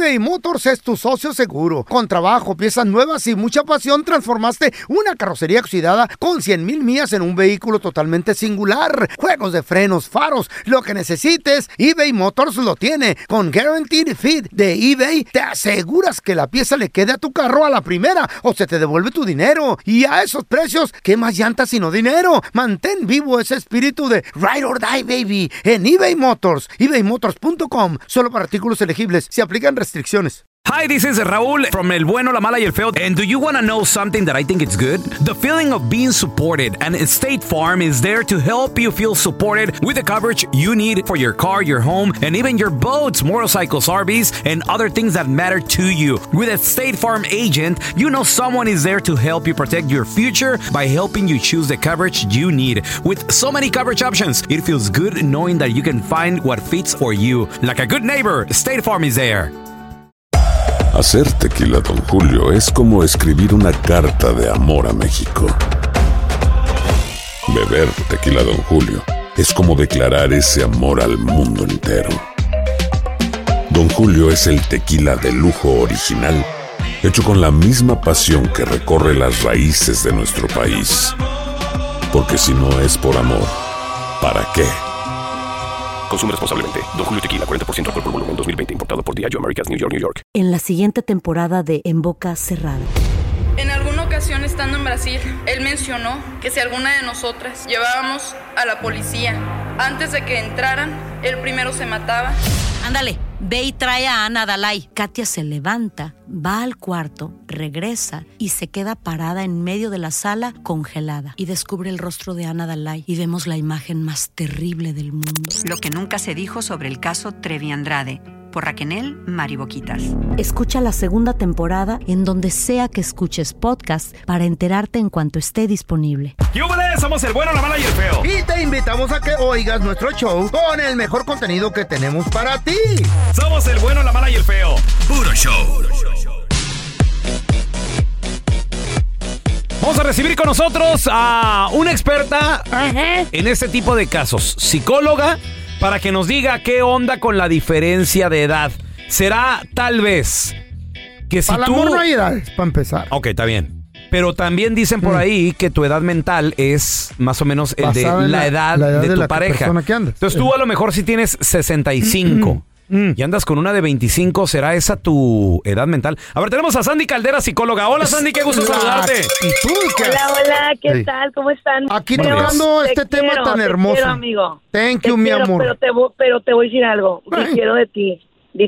eBay Motors es tu socio seguro. Con trabajo, piezas nuevas y mucha pasión, transformaste una carrocería oxidada con 100,000 millas en un vehículo totalmente singular. Juegos de frenos, faros, lo que necesites, eBay Motors lo tiene. Con Guaranteed Fit de eBay, te aseguras que la pieza le quede a tu carro a la primera o se te devuelve tu dinero. Y a esos precios, ¿qué más llantas sino dinero? Mantén vivo ese espíritu de Ride or Die, baby, en eBay Motors. ebaymotors.com. Solo para artículos elegibles. Se aplican restricciones. Hi, this is Raúl from El Bueno, La Mala y El Feo. And do you want to know something that I think it's good? The feeling of being supported. And State Farm is there to help you feel supported with the coverage you need for your car, your home, and even your boats, motorcycles, RVs, and other things that matter to you. With a State Farm agent, you know someone is there to help you protect your future by helping you choose the coverage you need. With so many coverage options, it feels good knowing that you can find what fits for you. Like a good neighbor, State Farm is there. Hacer tequila Don Julio es como escribir una carta de amor a México. Beber tequila Don Julio es como declarar ese amor al mundo entero. Don Julio es el tequila de lujo original, hecho con la misma pasión que recorre las raíces de nuestro país. Porque si no es por amor, ¿para qué? Consume responsablemente. Don Julio Tequila, 40% alcohol por volumen, 2020. Importado por Diageo Americas, New York, New York. En la siguiente temporada de En Boca Cerrada. En alguna ocasión, estando en Brasil, él mencionó que si alguna de nosotras llevábamos a la policía antes de que entraran, él primero se mataba. Ándale, ve y trae a Ana Dalai. Katia se levanta, va al cuarto, regresa y se queda parada en medio de la sala congelada. Y descubre el rostro de Ana Dalai y vemos la imagen más terrible del mundo. Lo que nunca se dijo sobre el caso Trevi Andrade, por Raquel Mariboquitas. Escucha la segunda temporada en donde sea que escuches podcast para enterarte en cuanto esté disponible. ¡Yúbales! Somos El Bueno, La Mala y El Feo. Y te invitamos a que oigas nuestro show con el mejor contenido que tenemos para ti. Somos El Bueno, La Mala y El Feo. Puro show. Vamos a recibir con nosotros a una experta en este tipo de casos, psicóloga, para que nos diga qué onda con la diferencia de edad. Será tal vez que si para tú... el amor no hay edades, para empezar. Ok, está bien. Pero también dicen por ahí que tu edad mental es más o menos el de la edad de tu pareja. Entonces tú a lo mejor si tienes 65 y andas con una de 25, ¿será esa tu edad mental? A ver, tenemos a Sandy Caldera, psicóloga. Hola, Sandy, qué gusto saludarte. Hola, ¿qué tal? ¿Cómo están? Aquí tocando este tema tan hermoso. Te quiero, amigo. Thank you, mi amor. Pero te voy a decir algo. Difiero de ti.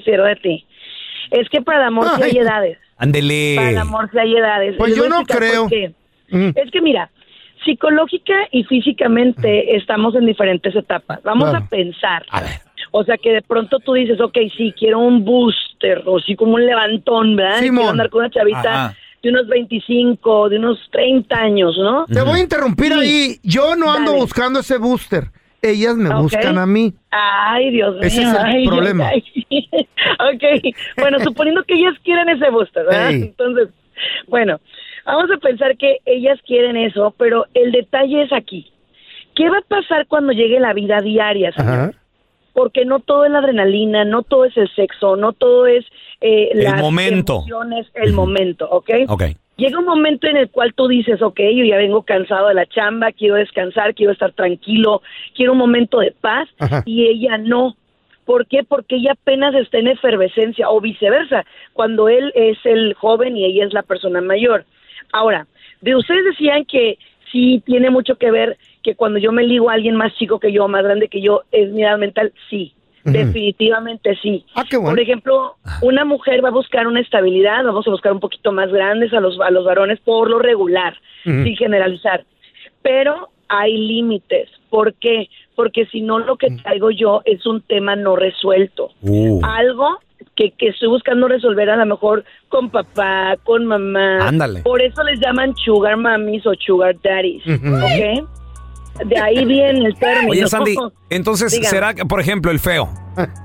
Es que para el amor sí hay edades. Ándele. Para el amor sí hay edades. Pues yo no creo. Es que mira, psicológica y físicamente estamos en diferentes etapas. Vamos a pensar. A ver. O sea, que de pronto tú dices, ok, sí, quiero un booster, o sí, como un levantón, ¿verdad? Simón. Quiero andar con una chavita de unos 25, de unos 30 años, ¿no? Te voy a interrumpir ahí. Yo no ando buscando ese booster. Ellas me buscan a mí. Ay, Dios mío. Ese es el problema. Ok, bueno, suponiendo que ellas quieren ese booster, ¿verdad? Ey. Entonces, bueno, vamos a pensar que ellas quieren eso, pero el detalle es aquí. ¿Qué va a pasar cuando llegue la vida diaria, señor? Porque no todo es la adrenalina, no todo es el sexo, no todo es las emociones, el momento, ¿ok? Llega un momento en el cual tú dices, ok, yo ya vengo cansado de la chamba, quiero descansar, quiero estar tranquilo, quiero un momento de paz, y ella no. ¿Por qué? Porque ella apenas está en efervescencia, o viceversa, cuando él es el joven y ella es la persona mayor. Ahora, ustedes decían que sí tiene mucho que ver que cuando yo me ligo a alguien más chico que yo, más grande que yo, es mi edad mental, sí. Definitivamente sí. Qué bueno. Por ejemplo, una mujer va a buscar una estabilidad, vamos a buscar un poquito más grandes a los varones por lo regular, sin generalizar. Pero hay límites. ¿Por qué? Porque si no, lo que traigo yo es un tema no resuelto. Algo que estoy buscando resolver a lo mejor con papá, con mamá. Ándale. Por eso les llaman sugar mommies o sugar daddies, ¿ok? De ahí viene el término. Oye, Sandy, entonces, Dígame. ¿será que, por ejemplo, el Feo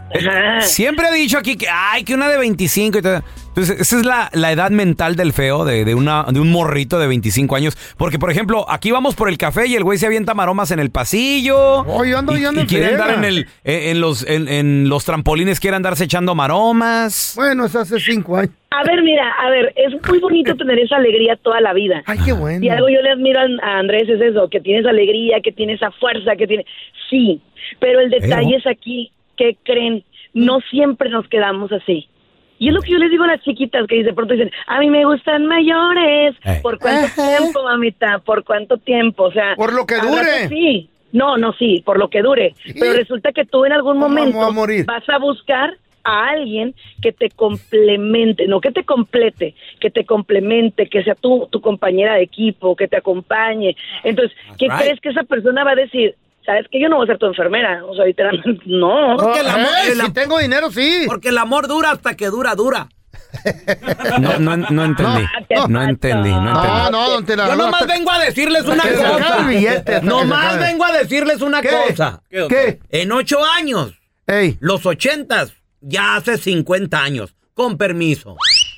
Siempre he dicho aquí que una de 25 y todo. Entonces, esa es la edad mental del feo, de un morrito de 25 años. Porque, por ejemplo, aquí vamos por el café y el güey se avienta maromas en el pasillo. Yo ando y quiere andar en los trampolines, quiere andarse echando maromas. Bueno, eso hace 5 años. A ver, mira, es muy bonito tener esa alegría toda la vida. Ay, qué bueno. Y algo yo le admiro a Andrés es eso, que tiene esa alegría, que tiene esa fuerza, que tiene... Sí, pero el detalle es aquí, ¿qué creen? No siempre nos quedamos así. Y es lo que yo les digo a las chiquitas que de pronto dicen, a mí me gustan mayores. ¿Por cuánto tiempo, mamita? ¿Por cuánto tiempo? O sea... Por lo que dure. Sí. No, sí, por lo que dure. ¿Sí? Pero resulta que tú en algún momento vas a buscar a alguien que te complemente, no que te complete, que te complemente, que sea tu compañera de equipo, que te acompañe. Entonces, ¿qué crees que esa persona va a decir? ¿Sabes que yo no voy a ser tu enfermera? O sea, literalmente, no. Porque si tengo dinero, sí. Porque el amor dura hasta que dura. No entendí. No entendí. No, yo nomás vengo a decirles una cosa. Nomás vengo a decirles una cosa. ¿Qué? En 8 años, los 80s, ya hace 50 años. Con permiso.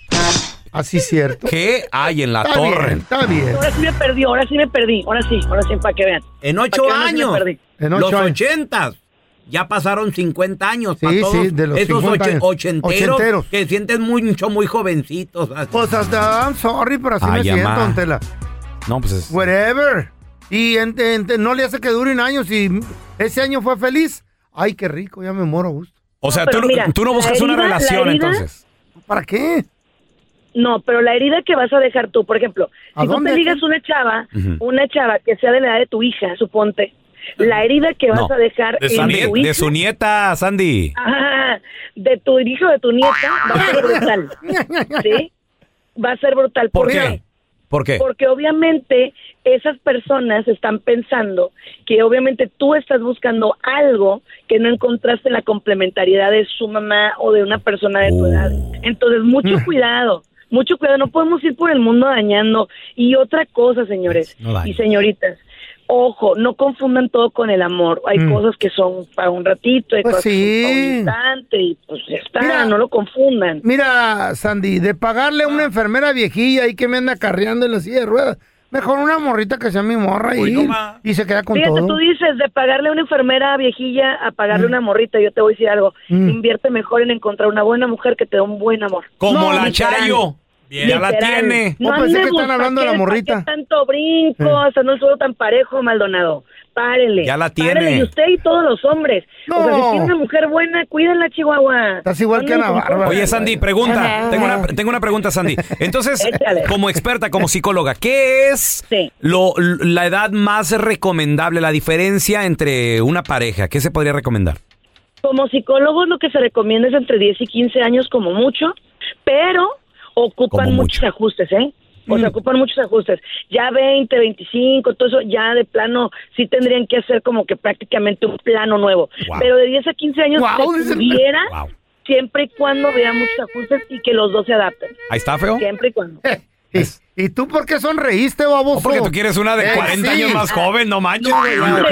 Así es cierto. ¿Qué hay en la torre? Está bien. Ahora sí me perdí. Ahora sí, para que vean. En 8 años, los 80s. Ya pasaron 50 años. Sí, de los esos 50 años. Ochenteros que sientes muy jovencitos. Pues hasta, I'm sorry, pero así me siento, don Tela. No, pues es... Whatever. Y no le hace que dure un año. Si ese año fue feliz, ay, qué rico, ya me muero a gusto. O sea, tú no buscas una relación, entonces. ¿Para qué? No, pero la herida que vas a dejar tú, por ejemplo, si tú te ligas una chava que sea de la edad de tu hija, suponte, la herida que vas a dejar en tu hija, de su nieta, Sandy. Ajá, de tu hijo, de tu nieta, va a ser brutal. ¿Sí? Va a ser brutal. ¿Por qué? Porque obviamente esas personas están pensando que obviamente tú estás buscando algo que no encontraste en la complementariedad de su mamá o de una persona de tu edad. Entonces, mucho cuidado, no podemos ir por el mundo dañando. Y otra cosa, señores y señoritas, ojo, no confundan todo con el amor. Hay cosas que son para un ratito, hay cosas que son para un instante, y pues ya está, mira, no lo confundan. Mira, Sandy, de pagarle a una enfermera viejilla ahí que me anda carreando en la silla de ruedas, mejor una morrita que sea mi morra y se queda con todo. Fíjate, tú dices de pagarle a una enfermera viejilla a pagarle a una morrita. Yo te voy a decir algo, invierte mejor en encontrar una buena mujer que te dé un buen amor. Como la Chayo. Ya la tiene. No pensé que están hablando de la morrita. ¿Qué tanto brinco? Hasta no es solo tan parejo, Maldonado. Párenle. Ya la tiene. Párenle, y usted y todos los hombres. No. O sea, si tiene una mujer buena, cuídenla, Chihuahua. Estás igual que Ana Bárbara. Oye, Sandy, pregunta. Tengo una pregunta, Sandy. Entonces, como experta, como psicóloga, ¿qué es la edad más recomendable, la diferencia entre una pareja? ¿Qué se podría recomendar? Como psicólogos, lo que se recomienda es entre 10 y 15 años como mucho, pero ocupan muchos ajustes, O sea, ocupan muchos ajustes. Ya 20, 25, todo eso, ya de plano, sí tendrían que hacer como que prácticamente un plano nuevo. Wow. Pero de 10 a 15 años se pudiera, siempre y cuando vea muchos ajustes y que los dos se adapten. Ahí está, feo. Siempre y cuando. ¿Y tú por qué sonreíste, baboso? No, porque tú quieres una de 40 años más joven, no manches. No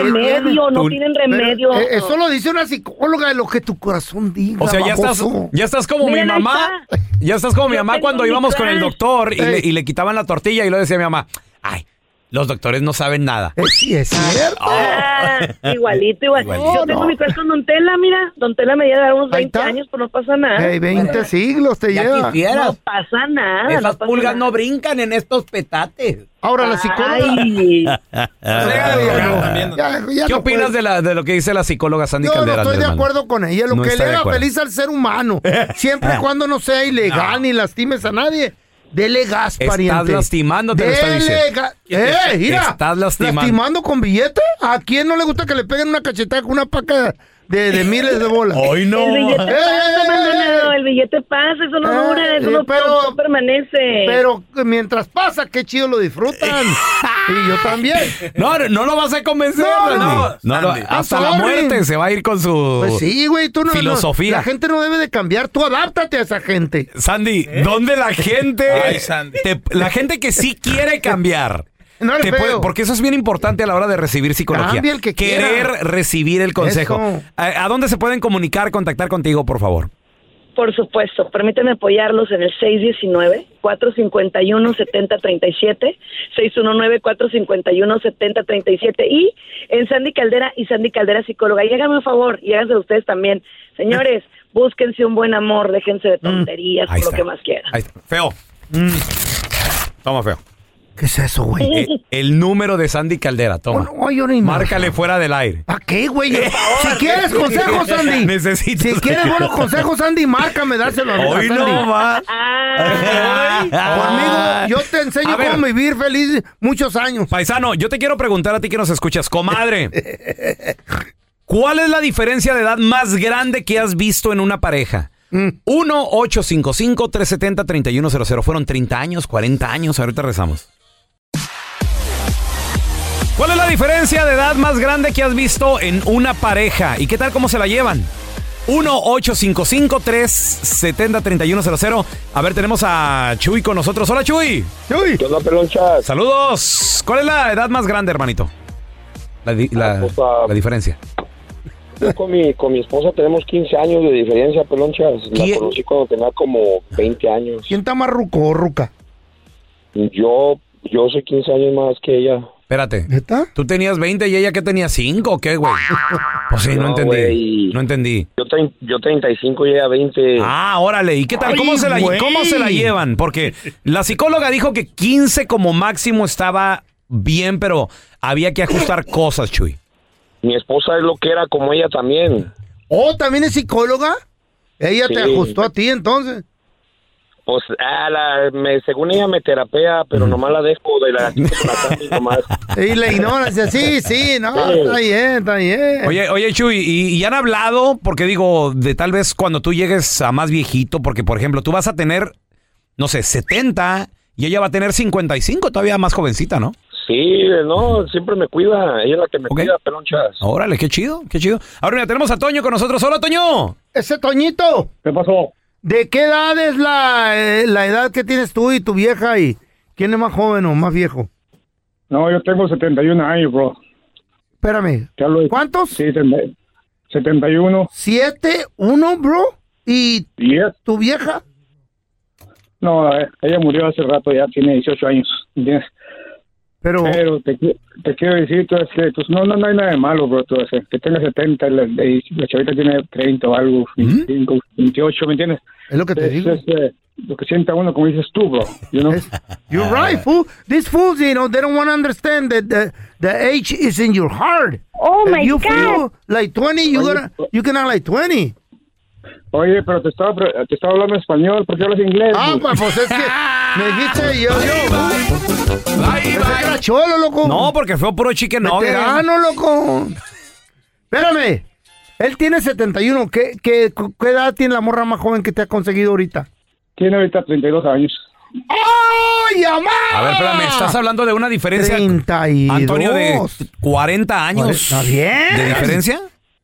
tienen remedio. Eso lo dice una psicóloga, de lo que tu corazón diga, o sea, baboso. ya estás como mi mamá. Ya estás como mi mamá cuando íbamos con el doctor y le quitaban la tortilla y lo decía mi mamá, ay, los doctores no saben nada. Sí, es cierto. Igualito. Yo tengo mi crush con Don Tela, mira. Don Tela me lleva unos 20 años, pero no pasa nada. 20 siglos te lleva. Quisieras. No pasa nada. Esas pulgas no brincan en estos petates. Ahora la psicóloga. ¿Qué opinas de lo que dice la psicóloga Sandy Caldera? Yo no estoy de acuerdo con ella. Lo que le haga feliz al ser humano. Siempre y cuando no sea ilegal ni lastimes a nadie. Dele gas, pariente. Estás lastimando, te lo está diciendo. Mira. Estás lastimando. ¿Lastimando con billete? ¿A quién no le gusta que le peguen una cachetada con una paca de miles de bolas? ¡Ay, no! El billete pasa, eso no dura, eso no permanece. Pero mientras pasa, qué chido lo disfrutan. Y yo también. No lo vas a convencer, no, hasta la muerte se va a ir con su filosofía. La gente no debe de cambiar, tú adáptate a esa gente. Sandy, ¿dónde la gente? Ay, Sandy. La gente que sí quiere cambiar. No eres feo. Porque eso es bien importante a la hora de recibir psicología. Cambia el que Querer quiera. recibir el consejo. ¿A dónde se pueden contactar contigo, por favor? Por supuesto, permíteme apoyarlos en el 619-451-7037, 619-451-7037 y en Sandy Caldera y Sandy Caldera Psicóloga. Y háganme un favor y háganse ustedes también. Señores, búsquense un buen amor, déjense de tonterías, por lo que más quieran. Ahí está. Feo. Toma, Feo. ¿Qué es eso, güey? El número de Sandy Caldera, toma. No, yo ni márcale fuera del aire. ¿Para qué, güey? Si quieres consejos, Sandy. Necesito. Si quieres buenos consejos, Sandy, márcame, dáselo a Hoy Sandy. no más. Conmigo, yo te enseño cómo vivir feliz muchos años. Paisano, yo te quiero preguntar a ti que nos escuchas, comadre. ¿Cuál es la diferencia de edad más grande que has visto en una pareja? 1-855-370-3100. Fueron 30 años, 40 años. Ahorita rezamos. ¿Cuál es la diferencia de edad más grande que has visto en una pareja? ¿Y qué tal cómo se la llevan? 1-855-370-3100. A ver, tenemos a Chuy con nosotros. Hola, Chuy. Chuy. ¿Qué onda, pelonchas? Saludos. ¿Cuál es la edad más grande, hermanito? La diferencia. Yo con mi esposa tenemos 15 años de diferencia, pelonchas. La conocí cuando tenía como 20 años. ¿Quién está más ruco o ruca? Yo soy 15 años más que ella. Espérate. ¿Neta? ¿Tú tenías 20 y ella que tenía 5 o qué, güey? Pues sí, no entendí. Wey. No entendí. Yo 35 y ella 20. Ah, órale. ¿Y qué tal? ¿Cómo se la llevan? Porque la psicóloga dijo que 15 como máximo estaba bien, pero había que ajustar cosas, Chuy. Mi esposa es lo que era como ella también. ¿Oh, también es psicóloga? Ella Sí. te ajustó a ti, entonces. Pues, según ella me terapea, pero nomás la dejo de la nomás. Y la ignorancia, sí, no, está bien. Oye, Chuy, ¿y han hablado? Porque digo, de tal vez cuando tú llegues a más viejito, porque por ejemplo, tú vas a tener, no sé, 70 y ella va a tener 55, todavía más jovencita, ¿no? Sí, no, siempre me cuida. Ella es la que me cuida, pelonchas. Órale, qué chido, qué chido. Ahora mira, tenemos a Toño con nosotros. Hola, Toño. Ese Toñito. ¿Qué pasó? ¿De qué edad es la edad que tienes tú y tu vieja? ¿Y quién es más joven o más viejo? No, yo tengo 71 años, bro. Espérame. ¿Cuántos? Sí, 71. ¿7-1, bro? ¿Y tu vieja? No, ella murió hace rato, ya tiene 18 años. ¿Entiendes? Pero te quiero decir, tú, que pues, no hay nada de malo, bro. Tú, que tenga 70 y la chavita tiene 30 o algo, 25, 28, ¿me entiendes? Es lo que te digo. Lo que sienta uno, como dices tú, bro. You know? You're right, fool. These fools, they don't want to understand that the age is in your heart. Oh, If my you God. feel like 20, you can act like 20. Oye, pero te estaba hablando español, ¿por qué hablas inglés? Pues es que me dijiste yo. Pensé que era cholo, loco. No, porque fue puro chicken nugget. Veterano, loco. Espérame. Él tiene 71. ¿Qué edad tiene la morra más joven que te ha conseguido ahorita? Tiene ahorita 32 años. ¡Ay, amá! A ver, espérame, estás hablando de una diferencia, 32. Antonio, de 40 años. ¿Está bien? ¿De diferencia?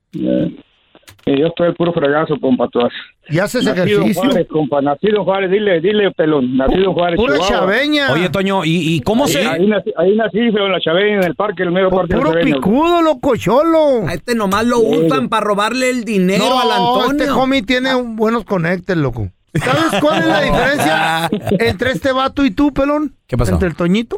Yo estoy el puro fregazo, compa, tú. ¿Y haces ejercicio? Nacido Juárez, compa, nacido Juárez, dile, pelón, nacido Juárez, pura Chihuahua. chaveña. Oye, Toño, ¿y cómo se...? Ahí nací, pero en la chaveña, en el parque, el mero parque. Puro picudo, loco, cholo. A este nomás lo usan para robarle el dinero al Antonio. Este homie tiene buenos conectes, loco. ¿Sabes cuál es la diferencia entre este vato y tú, pelón? ¿Qué pasó? Entre el Toñito.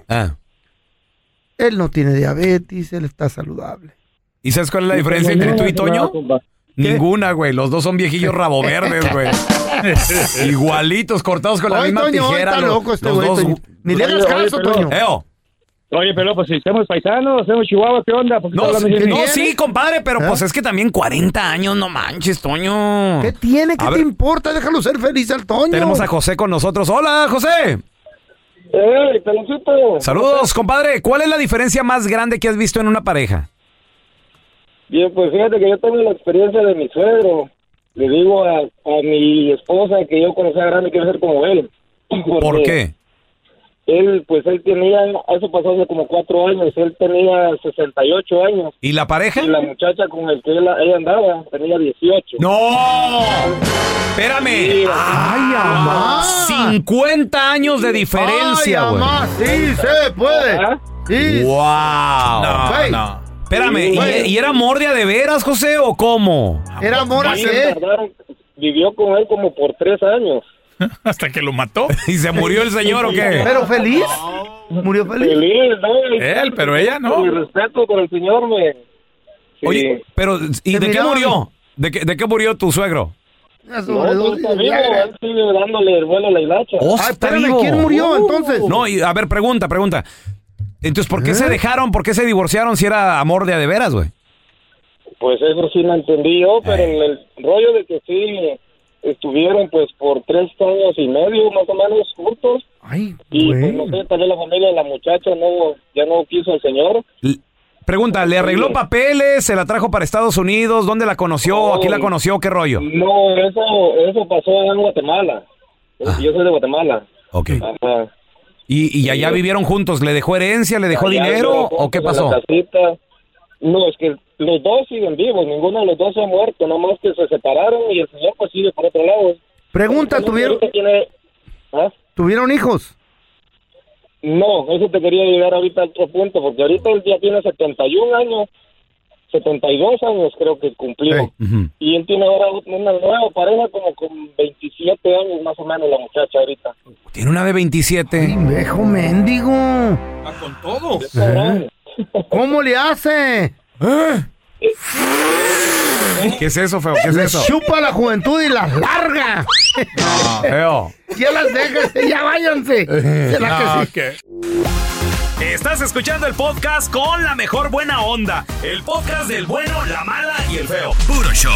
Él no tiene diabetes, él está saludable. ¿Y sabes cuál es la diferencia entre tú y Toño? Ninguna, güey. Los dos son viejillos rabo verdes, güey. Igualitos, cortados con la misma Toño, tijera. Está loco este güey. Ni le hagas caso, Toño. Oye, pero pues si somos paisanos, somos Chihuahua, ¿qué onda? Sí, compadre, pero pues es que también 40 años, no manches, Toño. ¿Qué tiene? ¿Qué te importa? Déjalo ser feliz al Toño. Tenemos a José con nosotros. Hola, José. Peloncito. Saludos, compadre. ¿Cuál es la diferencia más grande que has visto en una pareja? Bien, pues fíjate que yo tengo la experiencia de mi suegro. Le digo a mi esposa que yo cuando sea grande quiero ser como él. ¿Por qué? Él tenía, eso pasó hace como 4 años, él tenía 68 años. ¿Y la pareja? Y la muchacha con el que ella andaba tenía 18. ¡No! Espérame. ¡Ay, amá! 50 años de diferencia, güey. ¡Ay, amá! ¡Sí se puede! ¡Wow! No. Espérame, ¿y era amor de veras, José, o cómo? Era amor así. Vivió con él como por 3 años. Hasta que lo mató. ¿Y se murió el señor o qué? ¿Pero feliz? ¿Murió feliz? Feliz, ¿no? Él, pero ella no. Mi respeto por el señor, Sí. Oye, pero ¿y de qué murió? ¿De qué murió tu suegro? No, está vivo, él sigue dándole el vuelo a la hilacha. Espérame, ¿quién murió entonces? No, y a ver, pregunta. Entonces, ¿por qué se dejaron? ¿Por qué se divorciaron si era amor de veras, güey? Pues eso sí lo entendí yo, pero en el rollo de que sí estuvieron pues por 3 años y medio más o menos juntos. Y pues no sé, tal vez la familia de la muchacha ya no quiso al señor. Pregunta, ¿le arregló papeles? ¿Se la trajo para Estados Unidos? ¿Dónde la conoció? ¿Aquí la conoció? ¿Qué rollo? No, eso pasó en Guatemala. Yo soy de Guatemala. Ok. Ajá. ¿Y allá vivieron juntos? ¿Le dejó herencia? ¿Le dejó dinero? ¿O qué pasó? No, es que los dos siguen vivos. Ninguno de los dos se ha muerto. Nomás que se separaron y el señor pues sigue por otro lado. Pregunta, ¿tuvieron hijos? No, eso te quería llegar ahorita a otro punto, porque ahorita él ya tiene 71 años, 72 años creo que cumplió, y él tiene ahora una nueva pareja como con 27 años más o menos la muchacha ahorita. Tiene una de 27. ¡Ay, viejo mendigo! Con todo. ¿Cómo le hace? ¿Qué es eso, feo? ¿Qué es eso? Chupa la juventud y las larga. No, feo. Ya las dejas, ya váyanse. ¿Será que sí? Estás escuchando el podcast con la mejor buena onda. El podcast del bueno, la mala y el feo. Puro show.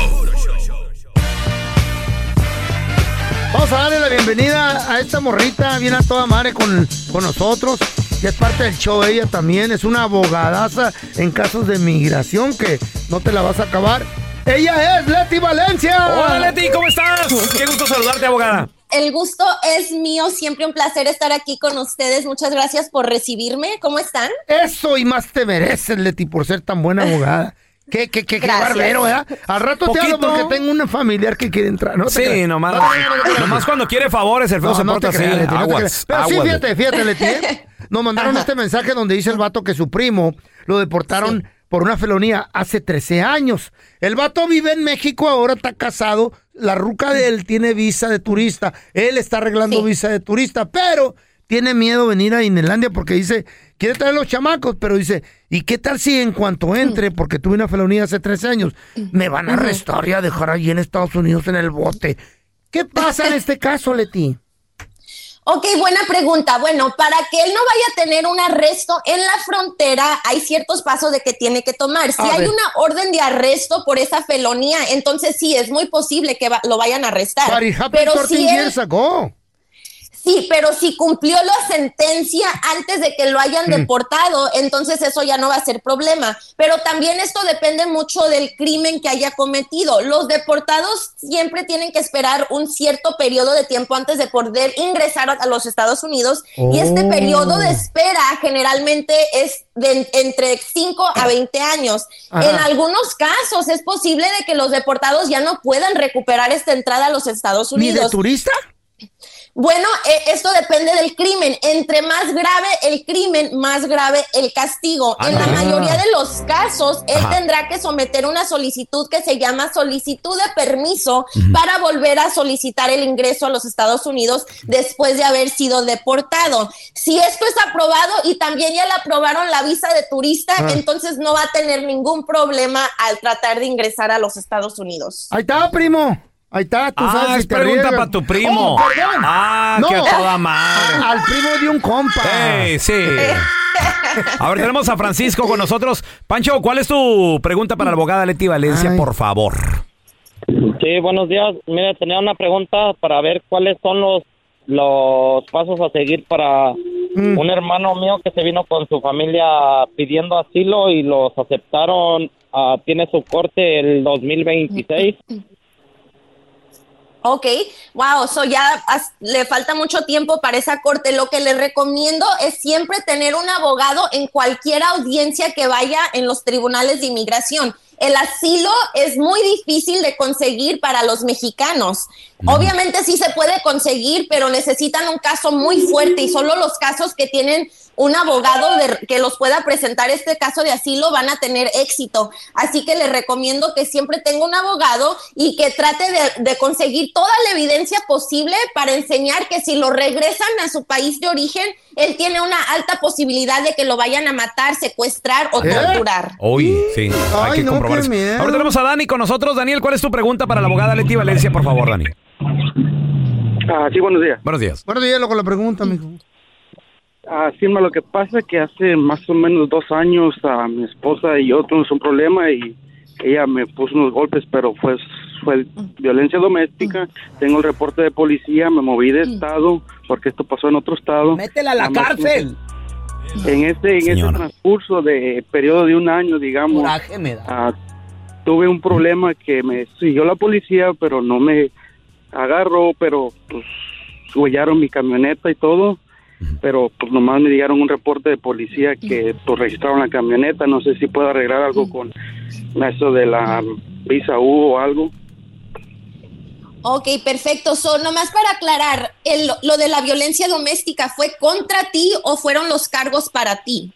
Vamos a darle la bienvenida a esta morrita. Viene a toda madre con nosotros. Que es parte del show. Ella también es una abogadaza en casos de migración que no te la vas a acabar. Ella es Leti Valencia. Hola, Leti, ¿cómo estás? Qué gusto saludarte, abogada. El gusto es mío, siempre un placer estar aquí con ustedes. Muchas gracias por recibirme. ¿Cómo están? Eso y más te mereces, Leti, por ser tan buena abogada. Qué barbero, ¿verdad? Al rato te hablo porque tengo un familiar que quiere entrar. ¿No? Sí, nomás cuando quiere favores, el feo se porta así. Aguas. Pero sí, fíjate, Leti. Nos mandaron este mensaje donde dice el vato que su primo lo deportaron por una felonía hace 13 años. El vato vive en México, ahora está casado. La ruca de él tiene visa de turista. Él está arreglando visa de turista, pero tiene miedo de venir a Inlandia porque dice, quiere traer los chamacos, pero dice, ¿y qué tal si en cuanto entre, porque tuve una felonía hace 13 años, me van a arrestar y a dejar allí en Estados Unidos en el bote? ¿Qué pasa en este caso, Leti? Ok, buena pregunta. Bueno, para que él no vaya a tener un arresto en la frontera, hay ciertos pasos de que tiene que tomar. Si hay una orden de arresto por esa felonía, entonces sí, es muy posible que lo vayan a arrestar. Pero si él... Sí, pero si cumplió la sentencia antes de que lo hayan deportado, entonces eso ya no va a ser problema. Pero también esto depende mucho del crimen que haya cometido. Los deportados siempre tienen que esperar un cierto periodo de tiempo antes de poder ingresar a los Estados Unidos. Y este periodo de espera generalmente es de entre 5 a 20 años. Ajá. En algunos casos es posible de que los deportados ya no puedan recuperar esta entrada a los Estados Unidos. ¿Ni de turista? Bueno, esto depende del crimen. Entre más grave el crimen, más grave el castigo. En la mayoría de los casos, él tendrá que someter una solicitud que se llama solicitud de permiso para volver a solicitar el ingreso a los Estados Unidos después de haber sido deportado. Si esto es aprobado y también ya le aprobaron la visa de turista, entonces no va a tener ningún problema al tratar de ingresar a los Estados Unidos. Ahí está, primo. Ahí está, tú sabes. Es pregunta para tu primo. No, que a toda madre. Al primo de un compa. Sí. A ver, tenemos a Francisco con nosotros. Pancho, ¿cuál es tu pregunta para la abogada Leti Valencia, por favor? Sí, buenos días. Mira, tenía una pregunta para ver cuáles son los pasos a seguir para un hermano mío que se vino con su familia pidiendo asilo y los aceptaron. Tiene su corte el 2026. Ok, wow, ya le falta mucho tiempo para esa corte. Lo que les recomiendo es siempre tener un abogado en cualquier audiencia que vaya en los tribunales de inmigración. El asilo es muy difícil de conseguir para los mexicanos. Obviamente sí se puede conseguir, pero necesitan un caso muy fuerte y solo los casos que tienen un abogado que los pueda presentar este caso de asilo, van a tener éxito. Así que les recomiendo que siempre tenga un abogado y que trate de conseguir toda la evidencia posible para enseñar que si lo regresan a su país de origen, él tiene una alta posibilidad de que lo vayan a matar, secuestrar o torturar. Uy, sí, hay que comprobar eso. Ahora tenemos a Dani con nosotros. Daniel, ¿cuál es tu pregunta para la abogada Leti Valencia, por favor, Dani? Sí, buenos días. Buenos días. Buenos días, con la pregunta, mijo. Sí, lo que pasa es que hace más o menos 2 años mi esposa y yo tuvimos un problema y ella me puso unos golpes, pero fue violencia doméstica. Tengo el reporte de policía, me moví de estado porque esto pasó en otro estado. ¡Métela a la cárcel! En ese transcurso de periodo de 1 año, digamos, coraje me da. Tuve un problema que me siguió la policía, pero no me agarró, pero pues huellaron mi camioneta y todo. Pero pues nomás me dieron un reporte de policía que pues registraron la camioneta. No sé si puedo arreglar algo con eso de la visa U o algo. Ok, perfecto. Nomás para aclarar, lo de la violencia doméstica, ¿fue contra ti o fueron los cargos para ti?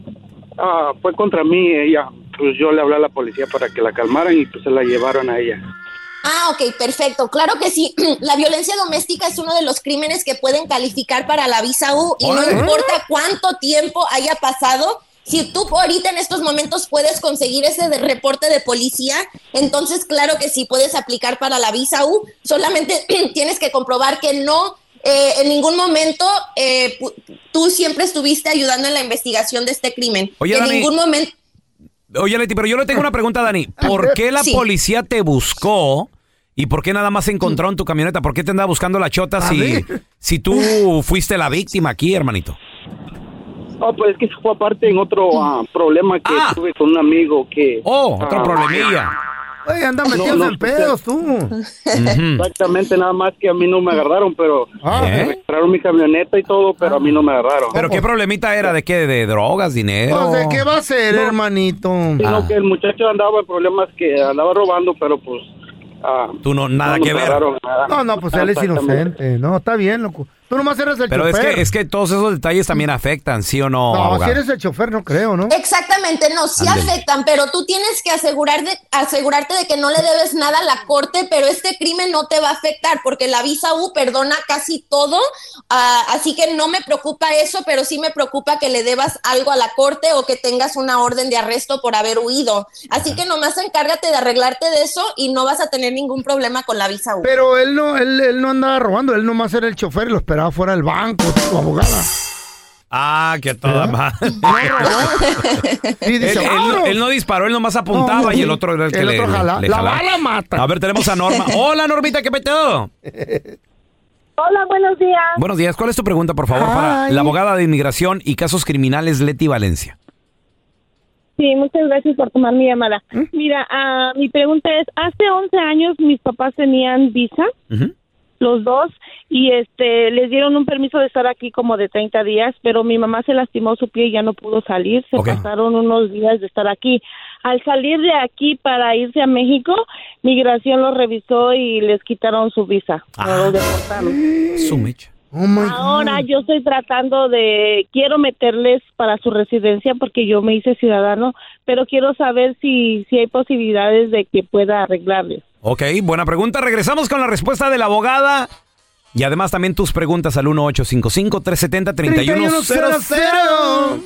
Fue contra mí. Ella, pues yo le hablé a la policía para que la calmaran y pues se la llevaron a ella. Ok, perfecto. Claro que sí. La violencia doméstica es uno de los crímenes que pueden calificar para la visa U y no importa cuánto tiempo haya pasado. Si tú ahorita en estos momentos puedes conseguir ese reporte de policía, entonces claro que sí puedes aplicar para la visa U. Solamente tienes que comprobar que no, en ningún momento tú siempre estuviste ayudando en la investigación de este crimen. Oye, en Dani, ningún momento. Oye, Leti, pero yo le tengo una pregunta, Dani. ¿Por qué la policía te buscó y por qué nada más se encontró en tu camioneta? ¿Por qué te andaba buscando la chota si tú fuiste la víctima aquí, hermanito? Pues es que fue aparte en otro problema que tuve con un amigo que... otro problemilla. Oye, andan metidos en pedos, tú. Exactamente, nada más que a mí no me agarraron, pero me registraron mi camioneta y todo, pero a mí no me agarraron. ¿Pero qué problemita era? ¿De qué? ¿De drogas, dinero? ¿De qué va a ser, hermanito? Sino que el muchacho andaba en problemas que andaba robando, pero pues... tú nada que ver. No, pues él es inocente. No, está bien, loco. Tú nomás eres el chofer. Pero es que todos esos detalles también afectan, ¿sí o no, abogado? Si eres el chofer, no creo, ¿no? Exactamente, no, sí afectan, pero tú tienes que asegurarte de que no le debes nada a la corte, pero este crimen no te va a afectar porque la visa U perdona casi todo, así que no me preocupa eso, pero sí me preocupa que le debas algo a la corte o que tengas una orden de arresto por haber huido. Así que nomás encárgate de arreglarte de eso y no vas a tener ningún problema con la visa U. Pero él no andaba robando, él nomás era el chofer y lo esperaba fuera del banco, tu abogada. Que toda madre. Él no disparó, él nomás apuntaba y el otro era el que le jalaba. La bala mata. A ver, tenemos a Norma. Hola, Normita, ¿qué peteo? Hola, buenos días. Buenos días, ¿cuál es tu pregunta, por favor, para la abogada de inmigración y casos criminales Leti Valencia? Sí, muchas gracias por tomar mi llamada. Mira, mi pregunta es, hace 11 años mis papás tenían visa, los dos, y les dieron un permiso de estar aquí como de 30 días, pero mi mamá se lastimó su pie y ya no pudo salir, pasaron unos días de estar aquí. Al salir de aquí para irse a México, Migración los revisó y les quitaron su visa, los deportaron. Su mecha. Ahora yo estoy quiero meterles para su residencia porque yo me hice ciudadano, pero quiero saber si hay posibilidades de que pueda arreglarles. Ok, buena pregunta. Regresamos con la respuesta de la abogada y además también tus preguntas al 1-855-370-3100.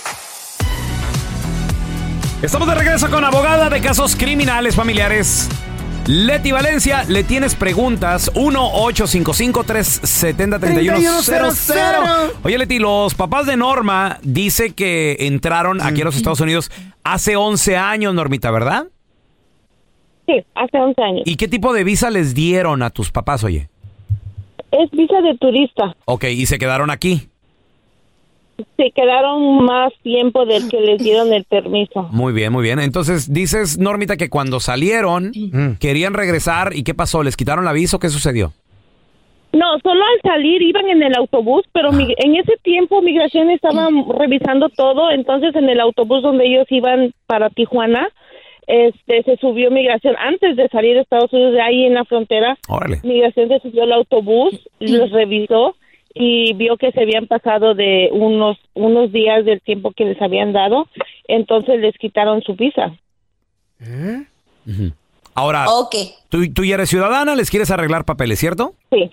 Estamos de regreso con abogada de casos criminales familiares Leti Valencia. Le tienes preguntas 1-855-370-3100. Oye, Leti, los papás de Norma dice que entraron aquí a los Estados Unidos hace 11 años, Normita, ¿verdad? Sí, hace 11 años. ¿Y qué tipo de visa les dieron a tus papás, oye? Es visa de turista. Ok, ¿y se quedaron aquí? Se quedaron más tiempo del que les dieron el permiso. Muy bien, muy bien. Entonces, dices, Normita, que cuando salieron, querían regresar. ¿Y qué pasó? ¿Les quitaron la visa o qué sucedió? No, solo al salir iban en el autobús, pero en ese tiempo Migración estaba revisando todo. Entonces, en el autobús donde ellos iban para Tijuana, se subió Migración antes de salir de Estados Unidos, de ahí en la frontera. Órale. Migración se subió al autobús, los revisó y vio que se habían pasado de unos días del tiempo que les habían dado, entonces les quitaron su visa. Ahora, ¿tú ya eres ciudadana? ¿Les quieres arreglar papeles, cierto? Sí.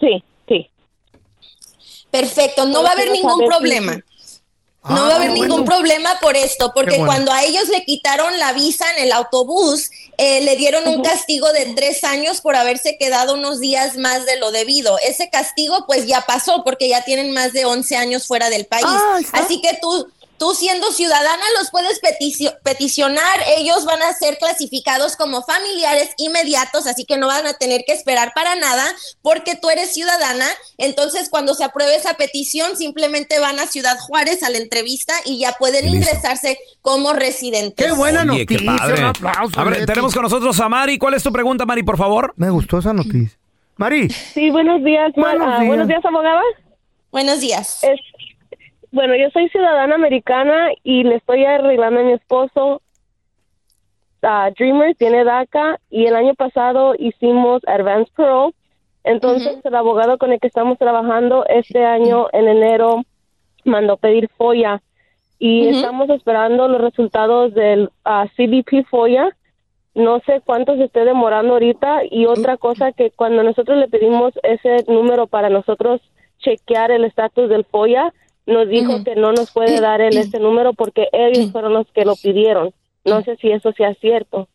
Perfecto, no va a haber ningún problema. No va a haber ningún problema por esto, porque cuando a ellos le quitaron la visa en el autobús, le dieron un castigo de 3 años por haberse quedado unos días más de lo debido. Ese castigo pues ya pasó porque ya tienen más de 11 años fuera del país. Así que tú siendo ciudadana los puedes peticionar, ellos van a ser clasificados como familiares inmediatos, así que no van a tener que esperar para nada porque tú eres ciudadana. Entonces cuando se apruebe esa petición simplemente van a Ciudad Juárez a la entrevista y ya pueden ingresarse como residentes. ¡Qué buena noticia! Qué padre. Un aplauso. A ver, tenemos con nosotros a Mari. ¿Cuál es tu pregunta, Mari, por favor? Me gustó esa noticia. Mari. Sí, buenos días. Buenos días, abogada. Buenos días. Bueno, yo soy ciudadana americana y le estoy arreglando a mi esposo. Dreamer tiene DACA y el año pasado hicimos Advance Parole. Entonces, el abogado con el que estamos trabajando este año, en enero, mandó pedir FOIA. Y estamos esperando los resultados del CBP FOIA. No sé cuánto se esté demorando ahorita. Y otra cosa que cuando nosotros le pedimos ese número para nosotros chequear el estatus del FOIA, nos dijo que no nos puede dar ese número porque ellos fueron los que lo pidieron. No sé si eso sea cierto.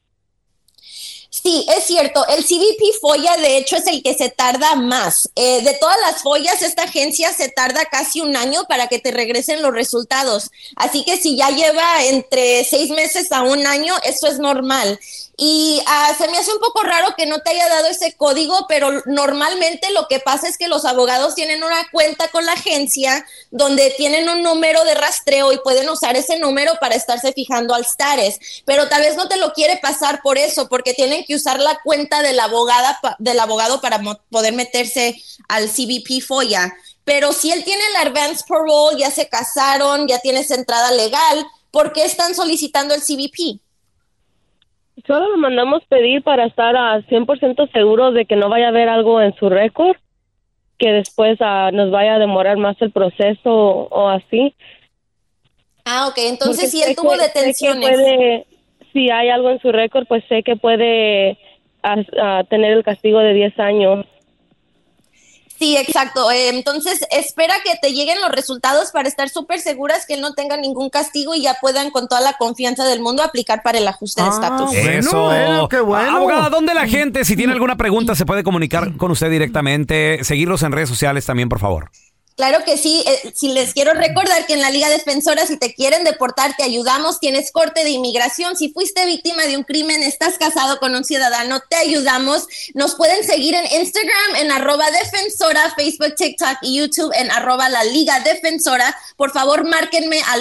Sí, es cierto. El CBP FOIA, de hecho, es el que se tarda más. De todas las FOIAs, esta agencia se tarda casi 1 año para que te regresen los resultados. Así que si ya lleva entre 6 meses a 1 año, eso es normal. Y se me hace un poco raro que no te haya dado ese código, pero normalmente lo que pasa es que los abogados tienen una cuenta con la agencia donde tienen un número de rastreo y pueden usar ese número para estarse fijando al status. Pero tal vez no te lo quiere pasar por eso, porque tienen que usar la cuenta de la abogado para poder meterse al CBP FOIA. Pero si él tiene el Advance Parole, ya se casaron, ya tienes entrada legal, ¿por qué están solicitando el CBP? Solo lo mandamos pedir para estar a 100% seguros de que no vaya a haber algo en su récord, que después nos vaya a demorar más el proceso o así. Ok, entonces si él tuvo detenciones. Si hay algo en su récord, pues sé que puede tener el castigo de 10 años. Sí, exacto. Entonces, espera que te lleguen los resultados para estar súper seguras que él no tenga ningún castigo y ya puedan con toda la confianza del mundo aplicar para el ajuste de estatus. Eso. Qué bueno. Abogada, ¿dónde la gente, si tiene alguna pregunta, se puede comunicar con usted directamente? Seguirlos en redes sociales también, por favor. Claro que sí. Si les quiero recordar que en la Liga Defensora, si te quieren deportar, te ayudamos. Tienes corte de inmigración. Si fuiste víctima de un crimen, estás casado con un ciudadano, te ayudamos. Nos pueden seguir en Instagram en @defensora, Facebook, TikTok y YouTube en @la Liga Defensora. Por favor, márquenme al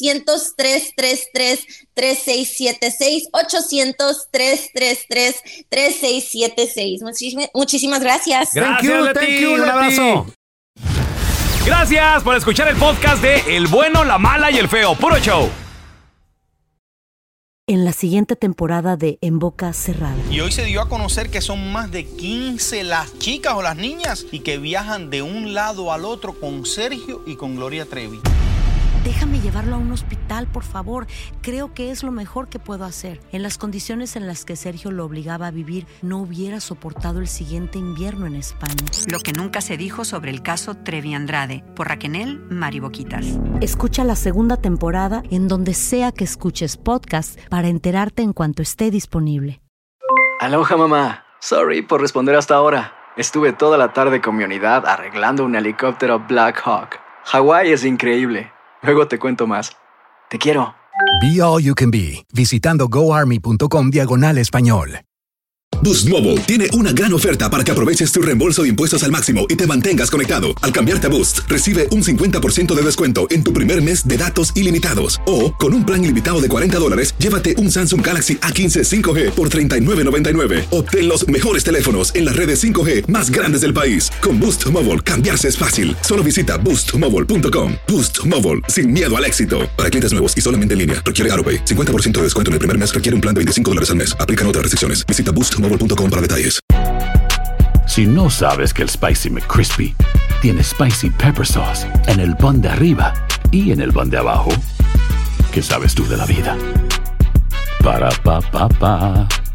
800-333-3676, 800-333-3676. Muchísimas gracias. Gracias, Leti. Un abrazo. Gracias por escuchar el podcast de El Bueno, la Mala y el Feo. Puro show. En la siguiente temporada de En Boca Cerrada. Y hoy se dio a conocer que son más de 15 las chicas o las niñas y que viajan de un lado al otro con Sergio y con Gloria Trevi. Déjame llevarlo a un hospital, por favor. Creo que es lo mejor que puedo hacer. En las condiciones en las que Sergio lo obligaba a vivir, no hubiera soportado el siguiente invierno en España. Lo que nunca se dijo sobre el caso Trevi Andrade, por Raquel Mariboquitas. Escucha la segunda temporada en donde sea que escuches podcast para enterarte en cuanto esté disponible. Aloha, mamá. Sorry por responder hasta ahora. Estuve toda la tarde con mi unidad arreglando un helicóptero Black Hawk. Hawái es increíble. Luego te cuento más. Te quiero. Be All You Can Be, visitando goarmy.com/español. Boost Mobile tiene una gran oferta para que aproveches tu reembolso de impuestos al máximo y te mantengas conectado. Al cambiarte a Boost, recibe un 50% de descuento en tu primer mes de datos ilimitados. O, con un plan ilimitado de $40, llévate un Samsung Galaxy A15 5G por $39.99. Obtén los mejores teléfonos en las redes 5G más grandes del país. Con Boost Mobile, cambiarse es fácil. Solo visita boostmobile.com. Boost Mobile, sin miedo al éxito. Para clientes nuevos y solamente en línea, requiere AutoPay. 50% de descuento en el primer mes requiere un plan de $25 al mes. Aplican otras restricciones. Visita boostmobile.com para detalles. Si no sabes que el Spicy McCrispy tiene Spicy Pepper Sauce en el pan de arriba y en el pan de abajo. ¿Qué sabes tú de la vida? Para, pa, pa, pa.